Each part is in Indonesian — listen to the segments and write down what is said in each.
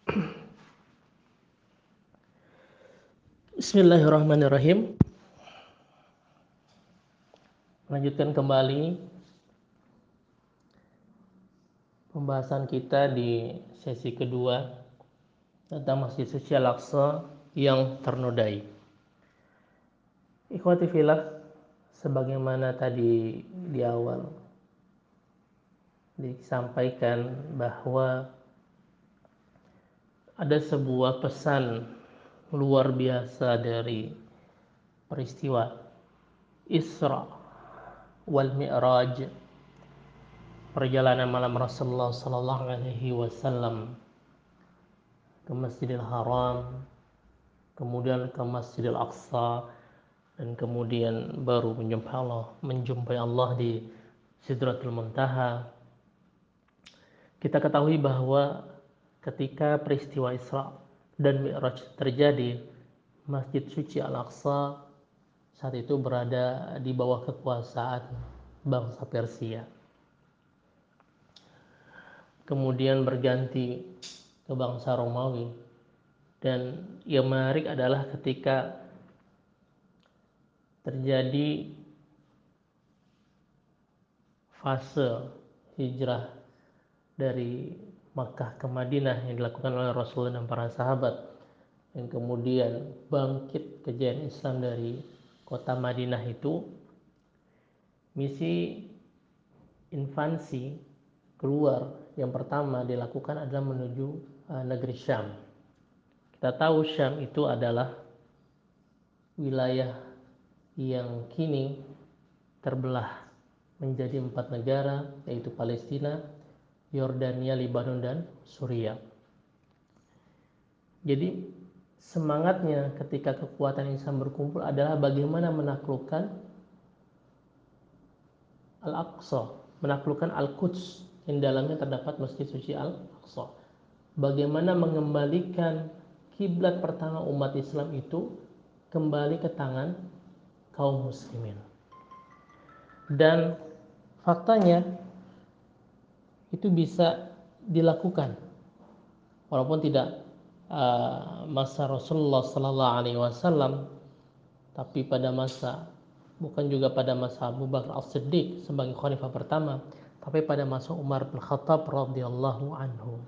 Bismillahirrahmanirrahim. Lanjutkan kembali pembahasan kita di sesi kedua tentang Masjid Suci Al-Aqsa yang ternodai. Ikhwati fillah, sebagaimana tadi di awal disampaikan bahwa ada sebuah pesan luar biasa dari peristiwa Isra wal Mi'raj, perjalanan malam Rasulullah sallallahu alaihi wasallam ke Masjidil Haram, kemudian ke Masjidil Aqsa, dan kemudian baru menjumpai Allah di Sidratul Muntaha. Kita ketahui bahwa ketika peristiwa Isra dan Mi'raj terjadi, Masjid Suci Al-Aqsa saat itu berada di bawah kekuasaan bangsa Persia. Kemudian berganti ke bangsa Romawi. Dan yang menarik adalah ketika terjadi fase hijrah dari Makkah ke Madinah yang dilakukan oleh Rasulullah dan para sahabat, yang kemudian bangkit kejayaan Islam dari kota Madinah itu, misi invasi keluar yang pertama dilakukan adalah menuju negeri Syam. Kita tahu Syam itu adalah wilayah yang kini terbelah menjadi 4 negara, yaitu Palestina, Yordania, Lebanon, dan Suriah. Jadi semangatnya ketika kekuatan Islam berkumpul adalah bagaimana menaklukkan Al-Aqsa, menaklukkan Al-Quds yang dalamnya terdapat Masjid Suci Al-Aqsa. Bagaimana mengembalikan kiblat pertama umat Islam itu kembali ke tangan kaum muslimin. Dan faktanya itu bisa dilakukan walaupun tidak masa Rasulullah sallallahu alaihi wasallam, tapi pada masa, bukan juga pada masa Abu Bakar As-Siddiq sebagai khalifah pertama, tapi pada masa Umar bin Khattab radhiyallahu anhu.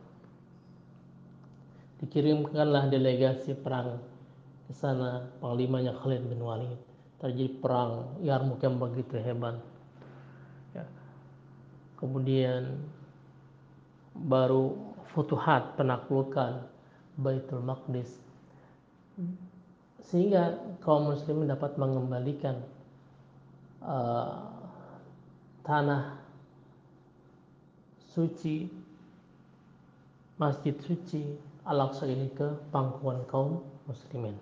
Dikirimkanlah delegasi perang ke sana, panglimanya Khalid bin Walid. Terjadi perang Yarmuk yang begitu hebat. Ya. Kemudian baru futuhat, penaklukan Baitul Maqdis, sehingga kaum muslimin dapat mengembalikan tanah suci, Masjid Suci Al-Aqsa ini ke pangkuan kaum muslimin.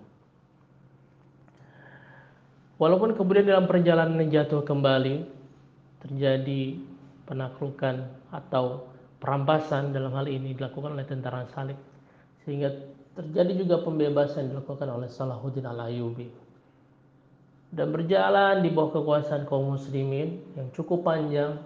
Walaupun kemudian dalam perjalanan jatuh kembali terjadi penaklukan atau perampasan, dalam hal ini dilakukan oleh tentara salib, sehingga terjadi juga pembebasan dilakukan oleh Salahuddin Al-Ayyubi, dan berjalan di bawah kekuasaan kaum muslimin yang cukup panjang.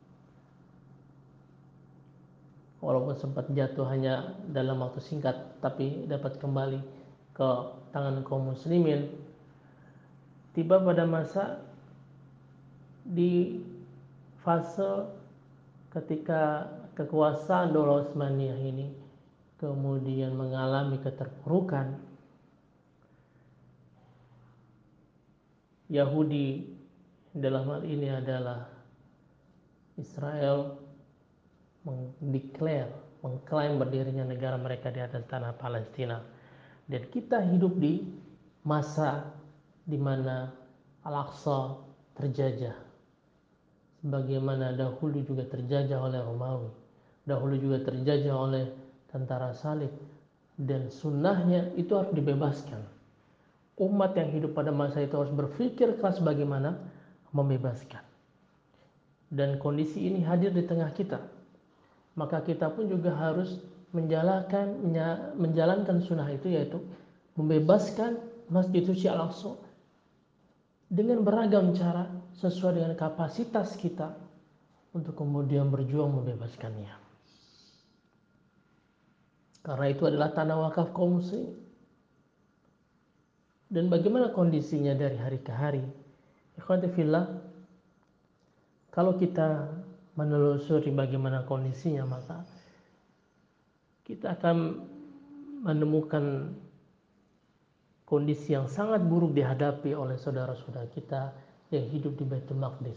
Walaupun sempat jatuh hanya dalam waktu singkat, tapi dapat kembali ke tangan kaum muslimin. Tiba pada masa di fase ketika kekuasaan Daulah Utsmaniyah ini kemudian mengalami keterpurukan, Yahudi dalam hal ini adalah Israel mengklaim berdirinya negara mereka di atas tanah Palestina. Dan kita hidup di masa di mana Al-Aqsa terjajah, sebagaimana dahulu juga terjajah oleh Romawi, dahulu juga terjajah oleh tentara salib, dan sunnahnya itu harus dibebaskan. Umat yang hidup pada masa itu harus berpikir keras bagaimana membebaskan. Dan kondisi ini hadir di tengah kita, maka kita pun juga harus menjalankan sunnah itu, yaitu membebaskan Masjid Suci Al-Aqsa dengan beragam cara sesuai dengan kapasitas kita untuk kemudian berjuang membebaskannya. karena itu adalah tanah wakaf kaum muslim. Dan bagaimana kondisinya dari hari ke hari? Ikhwati fillah, kalau kita menelusuri bagaimana kondisinya, maka kita akan menemukan kondisi yang sangat buruk dihadapi oleh saudara-saudara kita yang hidup di Baitul Maqdis.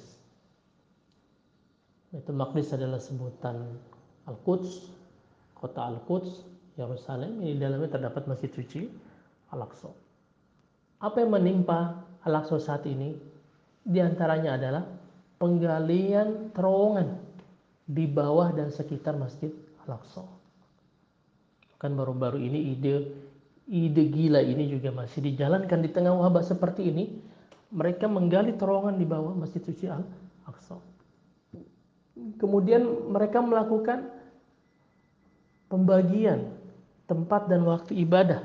Baitul Maqdis adalah sebutan Al-Quds, kota Al-Quds, Yerusalem, yang di dalamnya terdapat Masjid Suci Al-Aqsa. Apa yang menimpa Al-Aqsa saat ini? Di antaranya adalah penggalian terowongan di bawah dan sekitar Masjid Al-Aqsa. Kan baru-baru ini ide gila ini juga masih dijalankan di tengah wabah seperti ini. Mereka menggali terowongan di bawah Masjid Suci Al-Aqsa. Kemudian mereka melakukan pembagian tempat dan waktu ibadah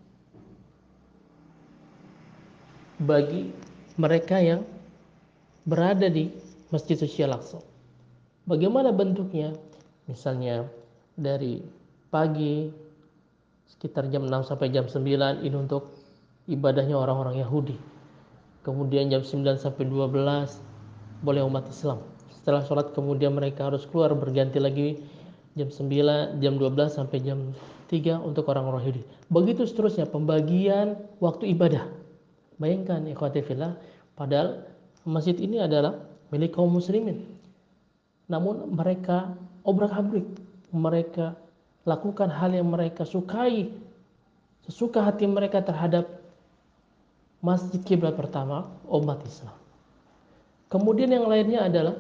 bagi mereka yang berada di Masjid Suci Al-Aqsa. Bagaimana bentuknya? Misalnya dari pagi sekitar jam 6 sampai jam 9 ini untuk ibadahnya orang-orang Yahudi. Kemudian jam 9 sampai 12 boleh umat Islam. Setelah sholat kemudian mereka harus keluar, berganti lagi jam 9, jam 12 sampai jam 3 untuk orang-orang Yahudi. Begitu seterusnya pembagian waktu ibadah. Bayangkan ikhwati fillah, padahal masjid ini adalah milik kaum muslimin. Namun mereka obrak-abrik, mereka lakukan hal yang mereka sukai, sesuka hati mereka terhadap masjid kiblat pertama umat Islam. Kemudian yang lainnya adalah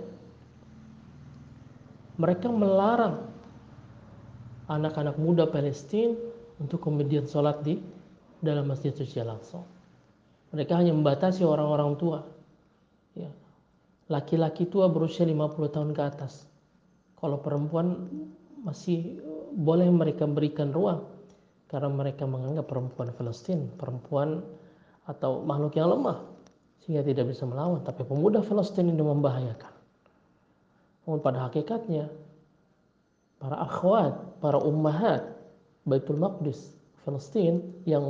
mereka melarang anak-anak muda Palestina untuk kemudian sholat di dalam Masjid Suci Al-Aqsa. Mereka hanya membatasi orang-orang tua, ya, laki-laki tua berusia 50 tahun ke atas. Kalau perempuan masih boleh mereka berikan ruang, karena mereka menganggap perempuan Palestina perempuan atau makhluk yang lemah sehingga tidak bisa melawan. Tapi pemuda Palestina ini membahayakan. Namun pada hakikatnya para akhwat, para ummahat Baitul Maqdis Palestina yang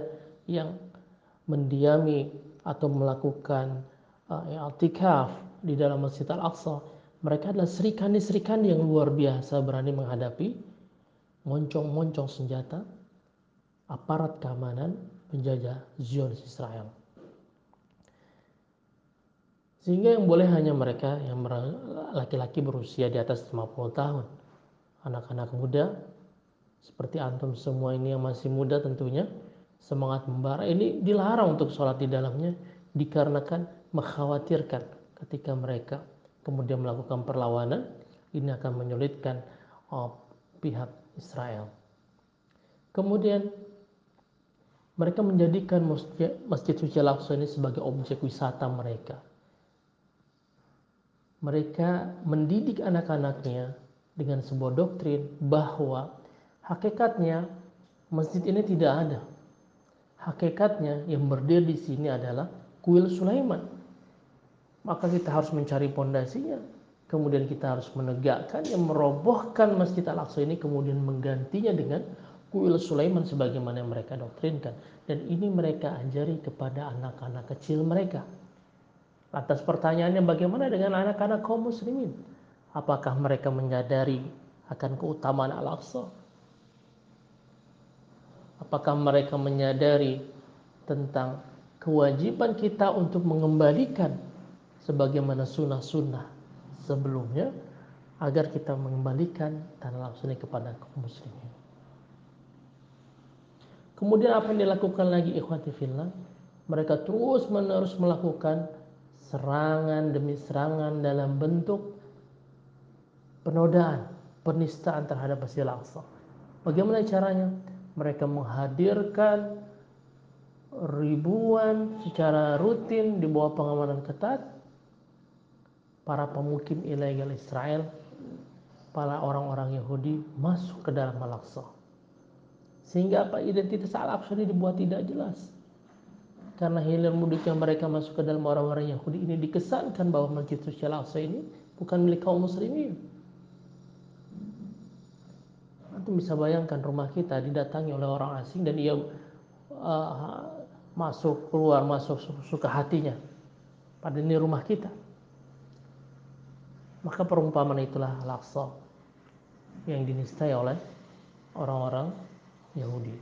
mendiami atau melakukan i'tikaf di dalam Masjid Al-Aqsa, mereka adalah serikandi-serikandi yang luar biasa berani menghadapi moncong-moncong senjata aparat keamanan penjajah Zionis Israel. Sehingga yang boleh hanya mereka yang laki-laki berusia di atas 50 tahun. Anak-anak muda seperti antum semua ini yang masih muda tentunya semangat membara ini dilarang untuk sholat di dalamnya, dikarenakan mengkhawatirkan ketika mereka kemudian melakukan perlawanan ini akan menyulitkan pihak Israel. Kemudian mereka menjadikan Masjid Suci Al-Aqsa ini sebagai objek wisata mereka. Mereka mendidik anak-anaknya dengan sebuah doktrin bahwa hakikatnya masjid ini tidak ada. Hakikatnya yang berdiri di sini adalah kuil Sulaiman. Maka kita harus mencari pondasinya. Kemudian kita harus menegakkan yang merobohkan Masjid Al-Aqsa ini, kemudian menggantinya dengan kuil Sulaiman sebagaimana yang mereka doktrinkan. Dan ini mereka ajari kepada anak-anak kecil mereka. Lantas pertanyaannya, bagaimana dengan anak-anak kaum muslimin? Apakah mereka menyadari akan keutamaan Al-Aqsa? Apakah mereka menyadari tentang kewajiban kita untuk mengembalikan sebagaimana sunnah-sunnah sebelumnya, agar kita mengembalikan tanah Al-Aqsa ini kepada kaum muslimin? Kemudian apa yang dilakukan lagi ikhwati fillah? Mereka terus menerus melakukan serangan demi serangan dalam bentuk penodaan, penistaan terhadap Masjid Al-Aqsa. Bagaimana caranya? Mereka menghadirkan ribuan secara rutin di bawah pengamanan ketat para pemukim ilegal Israel, para orang-orang Yahudi masuk ke dalam Al-Aqsa. Sehingga apa, identitas Al-Aqsa ini dibuat tidak jelas. Karena hilir mudiknya mereka masuk ke dalam orang-orang Yahudi ini, dikesankan bahwa Masjid Al-Aqsa ini bukan milik kaum muslimin. Antum bisa bayangkan rumah kita didatangi oleh orang asing dan ia masuk keluar masuk suka hatinya, padahal ini rumah kita. Maka perumpamaan itulah Al-Aqsa yang dinistai oleh orang-orang Yahudi.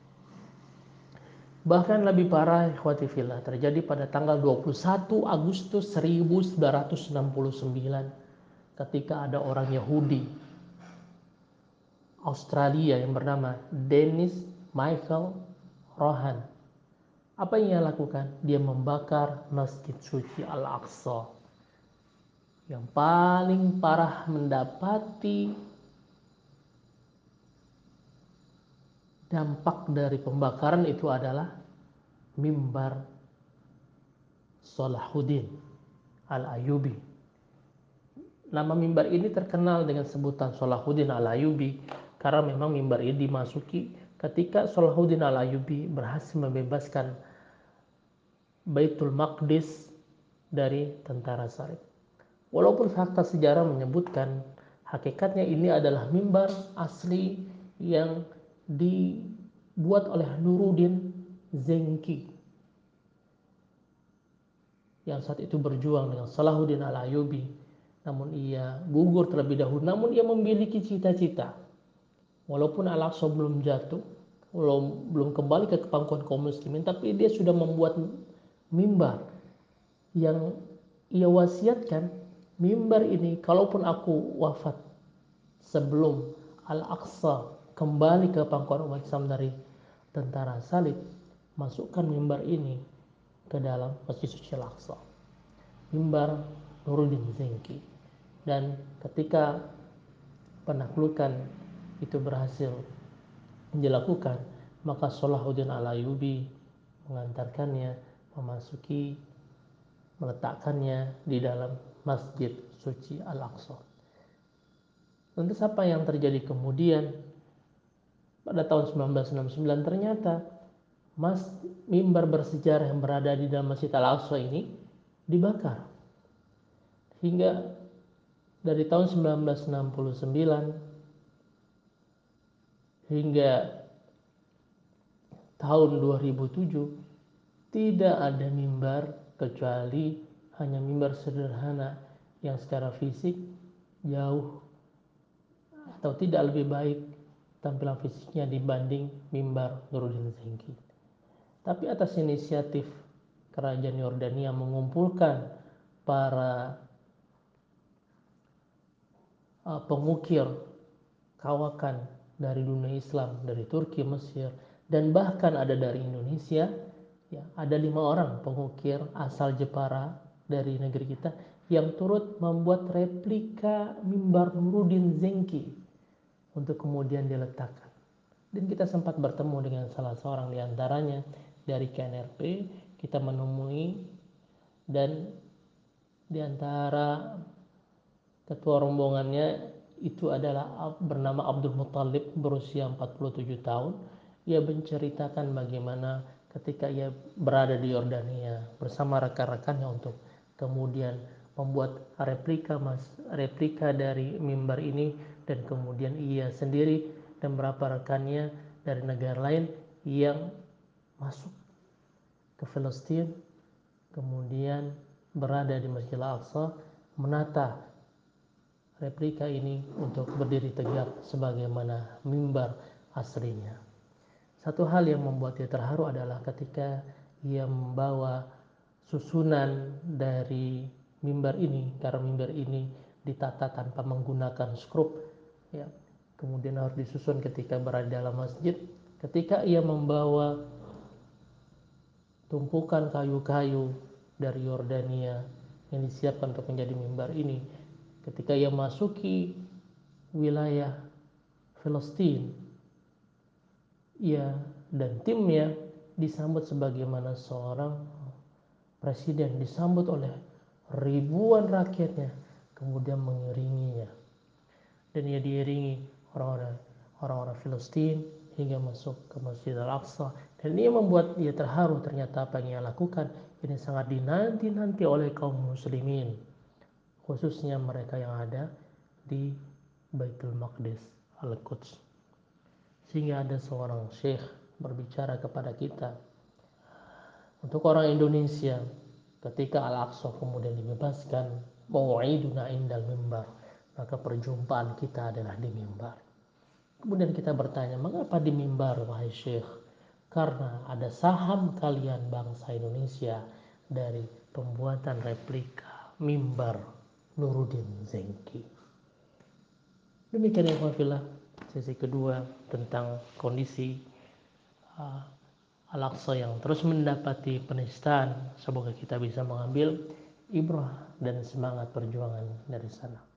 Bahkan lebih parah, ikhwati fillah, terjadi pada tanggal 21 Agustus 1969 ketika ada orang Yahudi Australia yang bernama Dennis Michael Rohan. Apa yang ia lakukan? Dia membakar Masjid Suci Al-Aqsa. Yang paling parah mendapati dampak dari pembakaran itu adalah mimbar Salahuddin Al-Ayyubi. Nama mimbar ini terkenal dengan sebutan Salahuddin Al-Ayyubi karena memang mimbar ini dimasuki ketika Salahuddin Al-Ayyubi berhasil membebaskan Baitul Maqdis dari tentara Salib. Walaupun fakta sejarah menyebutkan hakikatnya ini adalah mimbar asli yang dibuat oleh Nuruddin Zenki yang saat itu berjuang dengan Salahuddin Al-Ayyubi, namun ia gugur terlebih dahulu. Namun ia memiliki cita-cita, walaupun Al-Aqsa belum jatuh, belum kembali ke pangkuan kaum muslimin, tapi dia sudah membuat mimbar yang ia wasiatkan, mimbar ini kalaupun aku wafat sebelum Al-Aqsa kembali ke pangkuan umat Islam dari tentara Salib, masukkan mimbar ini ke dalam Masjid Suci Al-Aqsa, mimbar Nuruddin Zenki. Dan ketika penaklukan itu berhasil dilakukan, maka Salahuddin Al-Ayyubi mengantarkannya meletakkannya di dalam Masjid Suci Al-Aqsa. Lantas apa yang terjadi kemudian? Pada tahun 1969 ternyata mimbar bersejarah yang berada di dalam Masjid Al-Aqsa ini dibakar. Hingga dari tahun 1969 hingga tahun 2007 tidak ada mimbar kecuali hanya mimbar sederhana yang secara fisik jauh atau tidak lebih baik tampilan fisiknya dibanding mimbar Nuruddin Zenki. Tapi atas inisiatif kerajaan Yordania mengumpulkan para pengukir kawakan dari dunia Islam, dari Turki, Mesir, dan bahkan ada dari Indonesia, ya, ada 5 orang pengukir asal Jepara dari negeri kita yang turut membuat replika mimbar Nuruddin Zenki untuk kemudian diletakkan. Dan kita sempat bertemu dengan salah seorang di antaranya dari KNRP. Kita menemui, dan di antara ketua rombongannya itu adalah bernama Abdul Muttalib, berusia 47 tahun. Ia menceritakan bagaimana ketika ia berada di Yordania bersama rekan-rekannya untuk kemudian membuat replika dari mimbar ini, dan kemudian ia sendiri dan beberapa rekannya dari negara lain yang masuk ke Palestina, kemudian berada di Masjid Al-Aqsa menata replika ini untuk berdiri tegak sebagaimana mimbar aslinya. Satu hal yang membuat dia terharu adalah ketika ia membawa susunan dari mimbar ini, karena mimbar ini ditata tanpa menggunakan skrup, ya, kemudian harus disusun ketika berada dalam masjid. Ketika ia membawa tumpukan kayu-kayu dari Yordania yang disiapkan untuk menjadi mimbar ini, ketika ia masuki wilayah Palestina, ia dan timnya disambut sebagaimana seorang presiden disambut oleh ribuan rakyatnya, kemudian mengiringinya, dan ia diiringi orang-orang Palestina hingga masuk ke Masjid Al-Aqsa. Dan ini membuat dia terharu, ternyata apa yang ia lakukan ini sangat dinanti-nanti oleh kaum muslimin, khususnya mereka yang ada di Baitul Maqdis Al-Quds. Sehingga ada seorang syekh berbicara kepada kita, untuk orang Indonesia, ketika Al-Aqsa kemudian dibebaskan, mau'iduna indal mimbar, maka perjumpaan kita adalah di mimbar. Kemudian kita bertanya, mengapa di mimbar wahai syekh? Karena ada saham kalian bangsa Indonesia dari pembuatan replika mimbar Nuruddin Zengki. Demikian ya fillah, sesi kedua tentang kondisi Al-Aqsa yang terus mendapati penistaan. Semoga kita bisa mengambil ibrah dan semangat perjuangan dari sana.